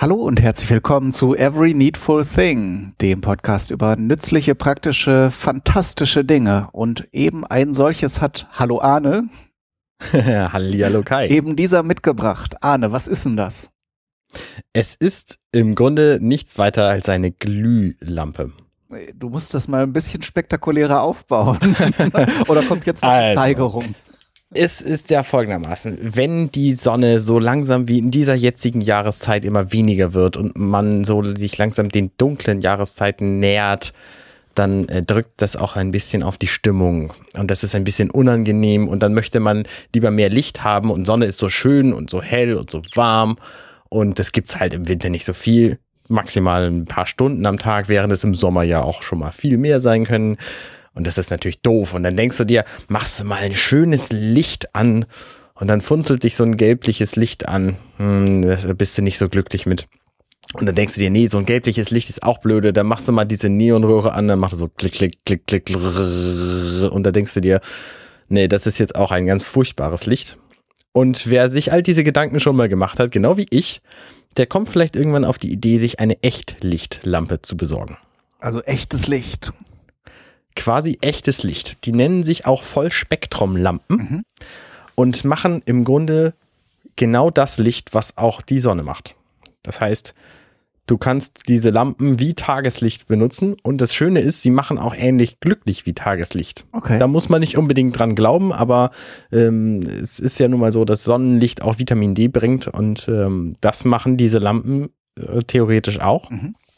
Hallo und herzlich willkommen zu Every Needful Thing, dem Podcast über nützliche, praktische, fantastische Dinge. Und eben ein solches hat, hallo Arne, Hallihallo Kai. eben dieser mitgebracht. Arne, was ist denn das? Es ist im Grunde nichts weiter als eine Glühlampe. Du musst das mal ein bisschen spektakulärer aufbauen. Oder kommt jetzt noch eine Steigerung? Es ist ja folgendermaßen, wenn die Sonne so langsam wie in dieser jetzigen Jahreszeit immer weniger wird und man so sich langsam den dunklen Jahreszeiten nähert, dann drückt das auch ein bisschen auf die Stimmung und das ist ein bisschen unangenehm und dann möchte man lieber mehr Licht haben und Sonne ist so schön und so hell und so warm und das gibt's halt im Winter nicht so viel, maximal ein paar Stunden am Tag, während es im Sommer ja auch schon mal viel mehr sein können. Und das ist natürlich doof. Und dann denkst du dir, machst du mal ein schönes Licht an und dann funzelt dich so ein gelbliches Licht an. Da bist du nicht so glücklich mit. Und dann denkst du dir, nee, so ein gelbliches Licht ist auch blöde. Dann machst du mal diese Neonröhre an, dann machst du so klick, klick, klick, klick. Und da denkst du dir, nee, das ist jetzt auch ein ganz furchtbares Licht. Und wer sich all diese Gedanken schon mal gemacht hat, genau wie ich, der kommt vielleicht irgendwann auf die Idee, sich eine Echtlichtlampe zu besorgen. Also echtes Licht. Quasi echtes Licht. Die nennen sich auch Vollspektrumlampen und machen im Grunde genau das Licht, was auch die Sonne macht. Das heißt, du kannst diese Lampen wie Tageslicht benutzen und das Schöne ist, sie machen auch ähnlich glücklich wie Tageslicht. Okay. Da muss man nicht unbedingt dran glauben, aber es ist ja nun mal so, dass Sonnenlicht auch Vitamin D bringt und das machen diese Lampen theoretisch auch.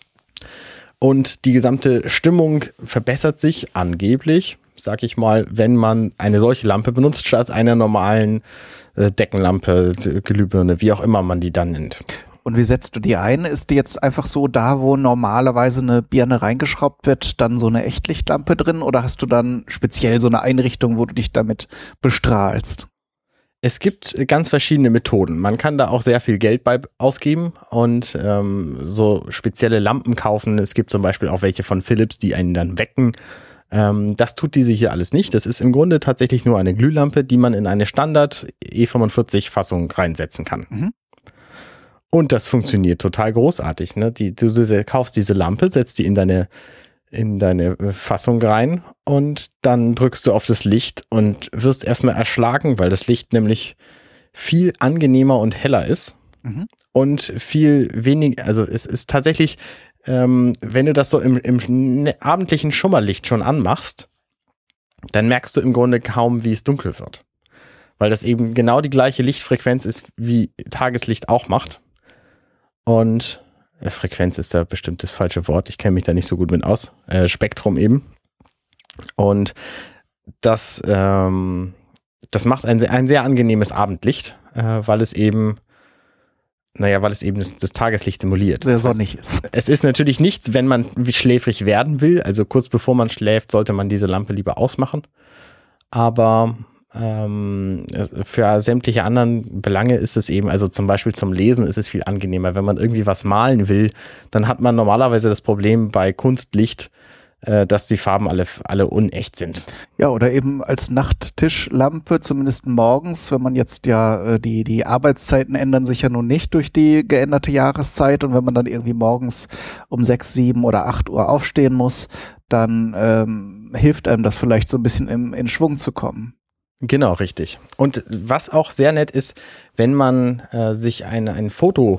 Und die gesamte Stimmung verbessert sich angeblich, sag ich mal, wenn man eine solche Lampe benutzt, statt einer normalen Deckenlampe, Glühbirne, wie auch immer man die dann nennt. Und wie setzt du die ein? Ist die jetzt einfach so da, wo normalerweise eine Birne reingeschraubt wird, dann so eine Echtlichtlampe drin? Oder hast du dann speziell so eine Einrichtung, wo du dich damit bestrahlst? Es gibt ganz verschiedene Methoden. Man kann da auch sehr viel Geld bei ausgeben und so spezielle Lampen kaufen. Es gibt zum Beispiel auch welche von Philips, die einen dann wecken. Das tut diese hier alles nicht. Das ist im Grunde tatsächlich nur eine Glühlampe, die man in eine Standard E45-Fassung reinsetzen kann. Und das funktioniert total großartig. Ne? Du kaufst diese Lampe, setzt die in deine Fassung rein und dann drückst du auf das Licht und wirst erstmal erschlagen, weil das Licht nämlich viel angenehmer und heller ist und viel weniger, also es ist tatsächlich, wenn du das so im abendlichen Schummerlicht schon anmachst, dann merkst du im Grunde kaum, wie es dunkel wird. Weil das eben genau die gleiche Lichtfrequenz ist, wie Tageslicht auch macht. Und Frequenz ist da bestimmt das falsche Wort. Ich kenne mich da nicht so gut mit aus. Spektrum eben. Und das macht ein sehr angenehmes Abendlicht, weil es eben das Tageslicht simuliert. Sehr sonnig ist. Es ist natürlich nichts, wenn man schläfrig werden will. Also kurz bevor man schläft, sollte man diese Lampe lieber ausmachen. Aber für sämtliche anderen Belange ist es eben, also zum Beispiel zum Lesen ist es viel angenehmer. Wenn man irgendwie was malen will, dann hat man normalerweise das Problem bei Kunstlicht, dass die Farben alle unecht sind. Ja, oder eben als Nachttischlampe, zumindest morgens, wenn man jetzt die Arbeitszeiten ändern sich ja nun nicht durch die geänderte Jahreszeit und wenn man dann irgendwie morgens um 6, 7 oder 8 Uhr aufstehen muss, dann hilft einem das vielleicht so ein bisschen in Schwung zu kommen. Genau, richtig. Und was auch sehr nett ist, wenn man sich ein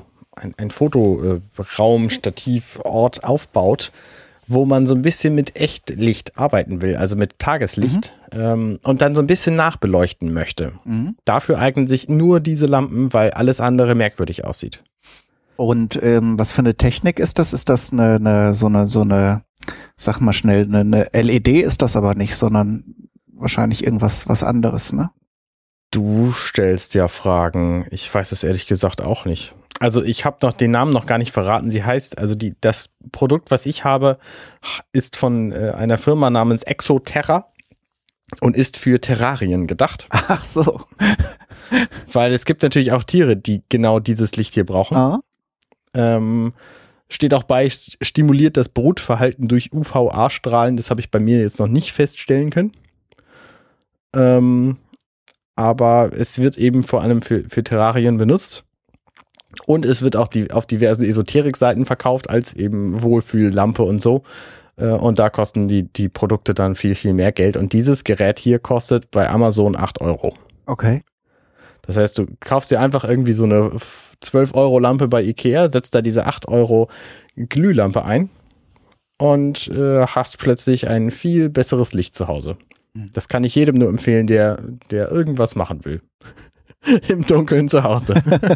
Fotoraum, Stativort aufbaut, wo man so ein bisschen mit Echtlicht arbeiten will, also mit Tageslicht und dann so ein bisschen nachbeleuchten möchte. Dafür eignen sich nur diese Lampen, weil alles andere merkwürdig aussieht. Und was für eine Technik ist das? Ist das so eine, sag mal schnell, eine LED ist das aber nicht, sondern wahrscheinlich was anderes, ne? Du stellst ja Fragen. Ich weiß es ehrlich gesagt auch nicht. Also ich habe noch den Namen noch gar nicht verraten. Sie heißt, also das Produkt, was ich habe, ist von einer Firma namens Exoterra und ist für Terrarien gedacht. Ach so. Weil es gibt natürlich auch Tiere, die genau dieses Licht hier brauchen. Steht auch bei, stimuliert das Brutverhalten durch UVA-Strahlen. Das habe ich bei mir jetzt noch nicht feststellen können. Aber es wird eben vor allem für Terrarien benutzt. Und es wird auch auf diversen Esoterik-Seiten verkauft als eben Wohlfühllampe und so. Und da kosten die Produkte dann viel, viel mehr Geld. Und dieses Gerät hier kostet bei Amazon 8 Euro. Okay. Das heißt, du kaufst dir einfach irgendwie so eine 12-Euro-Lampe bei Ikea, setzt da diese 8 Euro Glühlampe ein und hast plötzlich ein viel besseres Licht zu Hause. Das kann ich jedem nur empfehlen, der irgendwas machen will. Im Dunkeln zu Hause.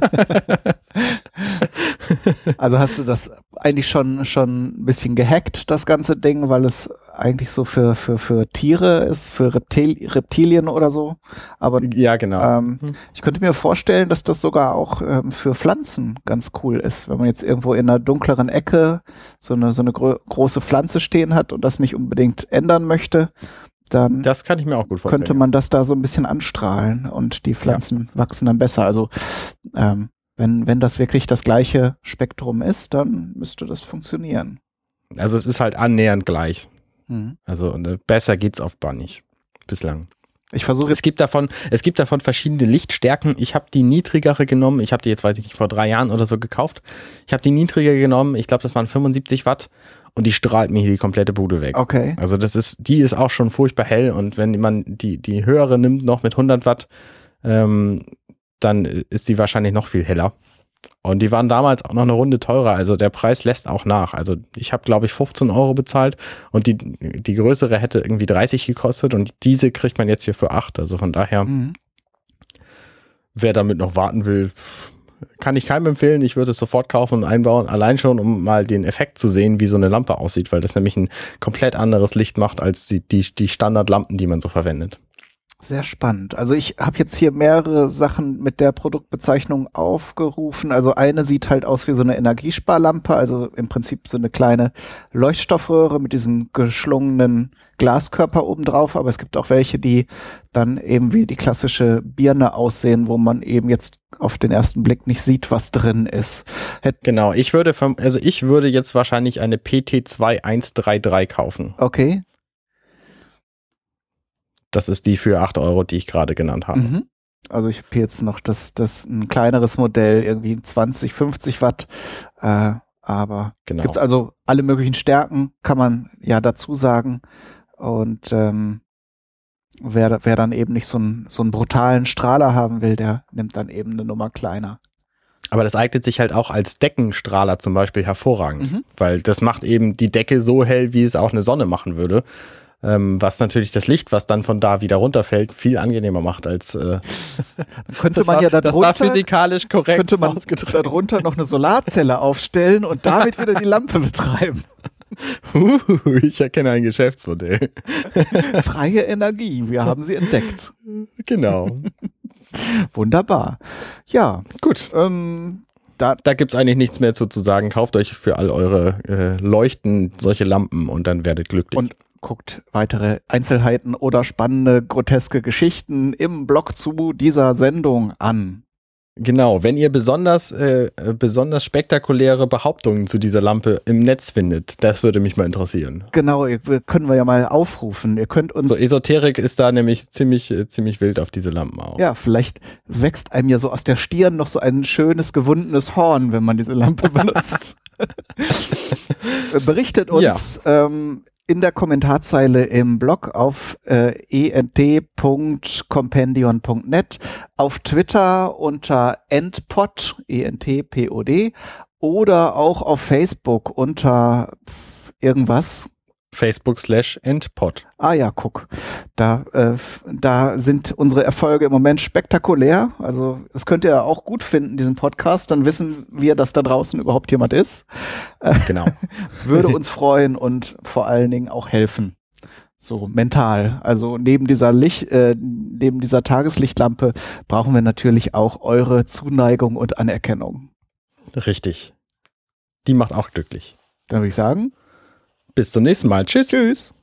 Also hast du das eigentlich schon ein bisschen gehackt, das ganze Ding, weil es eigentlich so für Tiere ist, für Reptilien oder so. Aber ja, genau. Ich könnte mir vorstellen, dass das sogar auch für Pflanzen ganz cool ist, wenn man jetzt irgendwo in einer dunkleren Ecke so eine große Pflanze stehen hat und das nicht unbedingt ändern möchte. Dann das kann ich mir auch gut vorstellen. Könnte man das da so ein bisschen anstrahlen und die Pflanzen wachsen dann besser. Also wenn das wirklich das gleiche Spektrum ist, dann müsste das funktionieren. Also es ist halt annähernd gleich. Mhm. Also besser geht's offenbar nicht. Bislang. Ich versuche es gibt davon verschiedene Lichtstärken. Ich habe die niedrigere genommen. Ich habe die jetzt, weiß ich nicht, vor 3 Jahren oder so gekauft. Ich habe die niedrigere genommen. Ich glaube, das waren 75 Watt. Und die strahlt mir hier die komplette Bude weg. Okay. Also die ist auch schon furchtbar hell. Und wenn man die höhere nimmt, noch mit 100 Watt, dann ist die wahrscheinlich noch viel heller. Und die waren damals auch noch eine Runde teurer. Also der Preis lässt auch nach. Also ich habe, glaube ich, 15 Euro bezahlt. Und die größere hätte irgendwie 30 gekostet. Und diese kriegt man jetzt hier für 8. Also von daher, wer damit noch warten will, kann ich keinem empfehlen. Ich würde es sofort kaufen und einbauen, allein schon, um mal den Effekt zu sehen, wie so eine Lampe aussieht, weil das nämlich ein komplett anderes Licht macht als die Standardlampen, die man so verwendet. Sehr spannend. Also ich habe jetzt hier mehrere Sachen mit der Produktbezeichnung aufgerufen. Also eine sieht halt aus wie so eine Energiesparlampe, also im Prinzip so eine kleine Leuchtstoffröhre mit diesem geschlungenen Glaskörper obendrauf. Aber es gibt auch welche, die dann eben wie die klassische Birne aussehen, wo man eben jetzt auf den ersten Blick nicht sieht, was drin ist. Genau, ich würde jetzt wahrscheinlich eine PT2133 kaufen. Okay. Das ist die für 8 Euro, die ich gerade genannt habe. Mhm. Also ich habe hier jetzt noch das ein kleineres Modell, irgendwie 20, 50 Watt. Aber genau. Gibt's also alle möglichen Stärken, kann man ja dazu sagen. Und wer dann eben nicht so einen brutalen Strahler haben will, der nimmt dann eben eine Nummer kleiner. Aber das eignet sich halt auch als Deckenstrahler zum Beispiel hervorragend, weil das macht eben die Decke so hell, wie es auch eine Sonne machen würde. Was natürlich das Licht, was dann von da wieder runterfällt, viel angenehmer macht als könnte man ja das war physikalisch korrekt. Könnte man darunter noch eine Solarzelle aufstellen und damit wieder die Lampe betreiben. Ich erkenne ein Geschäftsmodell. Freie Energie, wir haben sie entdeckt. Genau. Wunderbar. Ja, gut. Da gibt's eigentlich nichts mehr zu sagen. Kauft euch für all eure Leuchten solche Lampen und dann werdet glücklich. Und guckt weitere Einzelheiten oder spannende, groteske Geschichten im Blog zu dieser Sendung an. Genau, wenn ihr besonders spektakuläre Behauptungen zu dieser Lampe im Netz findet, das würde mich mal interessieren. Genau, können wir ja mal aufrufen. Ihr könnt uns. So Esoterik ist da nämlich ziemlich wild auf diese Lampen auch. Ja, vielleicht wächst einem ja so aus der Stirn noch so ein schönes gewundenes Horn, wenn man diese Lampe benutzt. Berichtet uns in der Kommentarzeile im Blog auf ent.compendion.net, auf Twitter unter entpod, ENTPOD, oder auch auf Facebook unter irgendwas. Facebook/entpod. Ah ja, guck. Da sind unsere Erfolge im Moment spektakulär. Also das könnt ihr auch gut finden, diesen Podcast. Dann wissen wir, dass da draußen überhaupt jemand ist. Genau. Würde uns freuen und vor allen Dingen auch helfen. So mental. Also neben dieser Tageslichtlampe brauchen wir natürlich auch eure Zuneigung und Anerkennung. Richtig. Die macht auch glücklich. Dann würde ich sagen, bis zum nächsten Mal. Tschüss. Tschüss.